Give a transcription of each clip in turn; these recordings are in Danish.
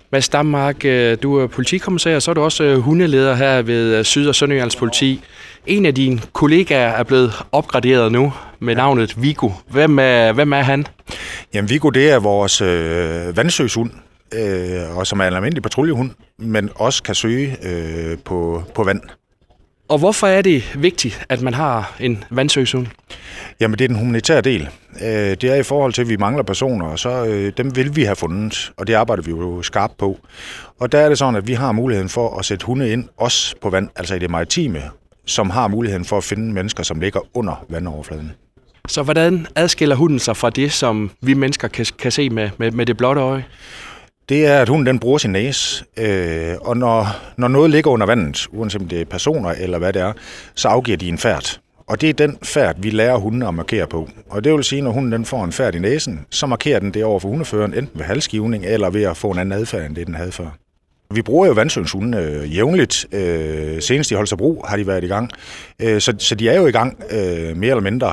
Mads Dammark, du er politikommissær, og så er du også hundeleder her ved Syd- og Sønderjyllands politi. En af dine kollegaer er blevet opgraderet nu med navnet Viggo. Hvem er han? Jamen Viggo, det er vores vandsøgshund, og som er en almindelig patruljehund, men også kan søge på vand. Og hvorfor er det vigtigt, at man har en vandsøgshund? Jamen det er den humanitære del. Det er i forhold til, at vi mangler personer, og så dem vil vi have fundet, og det arbejder vi jo skarpt på. Og der er det sådan, at vi har muligheden for at sætte hunde ind, også på vand, altså i det maritime, som har muligheden for at finde mennesker, som ligger under vandoverfladen. Så hvordan adskiller hunden sig fra det, som vi mennesker kan se med det blotte øje? Det er, at hunden den bruger sin næse, og når noget ligger under vandet, uanset om det er personer eller hvad det er, så afgiver de en færd. Og det er den færd, vi lærer hunden at markere på. Og det vil sige, når hunden den får en færd i næsen, så markerer den det over for hundeføreren, enten ved halsgivning eller ved at få en anden adfærd, end det den havde før. Vi bruger jo vandsøgshunde jævnligt. Senest i Holstebro har de været i gang. Så de er jo i gang mere eller mindre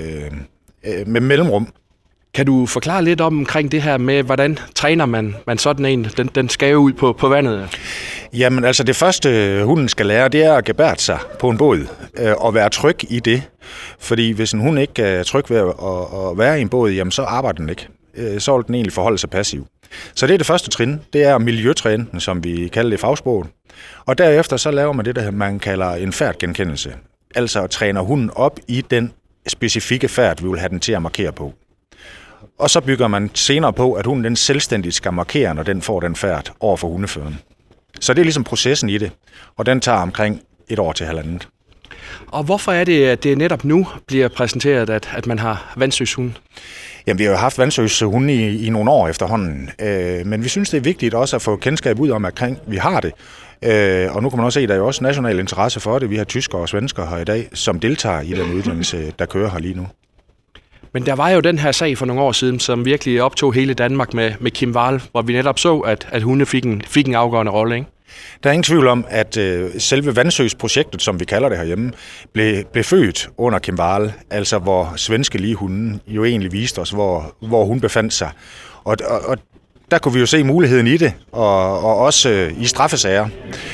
med mellemrum. Kan du forklare lidt omkring det her med, hvordan træner man sådan en? Den skal jo ud på vandet. Jamen altså det første hunden skal lære, det er at gebærde sig på en båd og være tryg i det. Fordi hvis en hund ikke er tryg ved at være i en båd, jamen så arbejder den ikke. Så vil den egentlig forholde sig passiv. Så det er det første trin, det er miljøtræne, som vi kalder det i fagsproget. Og derefter så laver man det, der man kalder en færdgenkendelse. Altså træner hunden op i den specifikke færd, vi vil have den til at markere på. Og så bygger man senere på, at hunden den selvstændigt skal markere, når den får den færd over for hundeføreren. Så det er ligesom processen i det, og den tager omkring 1 år til 1,5. Og hvorfor er det, at det netop nu bliver præsenteret, at man har vandsøgshunde? Jamen, vi har jo haft vandsøgshunde i nogle år efterhånden, men vi synes, det er vigtigt også at få kendskab ud om, at vi har det. Og nu kan man også se, at der er jo også national interesse for det. Vi har tyskere og svenskere her i dag, som deltager i den uddannelse, der kører her lige nu. Men der var jo den her sag for nogle år siden, som virkelig optog hele Danmark med Kim Wall, hvor vi netop så, at hunde fik en afgørende rolle, ikke? Der er ingen tvivl om, at selve vandsøgsprojektet, som vi kalder det herhjemme, blev født under Kim Wall, altså hvor svenske ligehunde jo egentlig viste os, hvor hun befandt sig. Og der kunne vi jo se muligheden i det, og også i straffesager,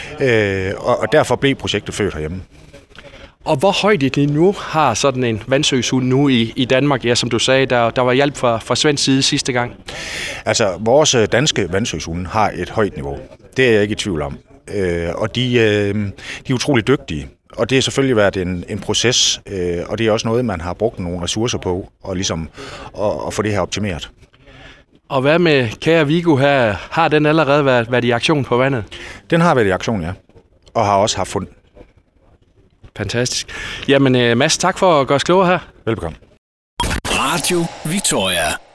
og derfor blev projektet født herhjemme. Og hvor højt et niveau har sådan en vandsøgshund nu i Danmark? Ja, som du sagde, der var hjælp fra svensk side sidste gang. Altså, vores danske vandsøgshunde har et højt niveau. Det er jeg ikke i tvivl om. Og de er utrolig dygtige. Og det har selvfølgelig været en proces, og det er også noget, man har brugt nogle ressourcer på, og ligesom at få det her optimeret. Og hvad med kære Viggo her? Har den allerede været i aktion på vandet? Den har været i aktion, ja. Og har også haft fund. Fantastisk. Jamen Mads, tak for at gøre os klogere her. Velbekomme. Radio Victoria.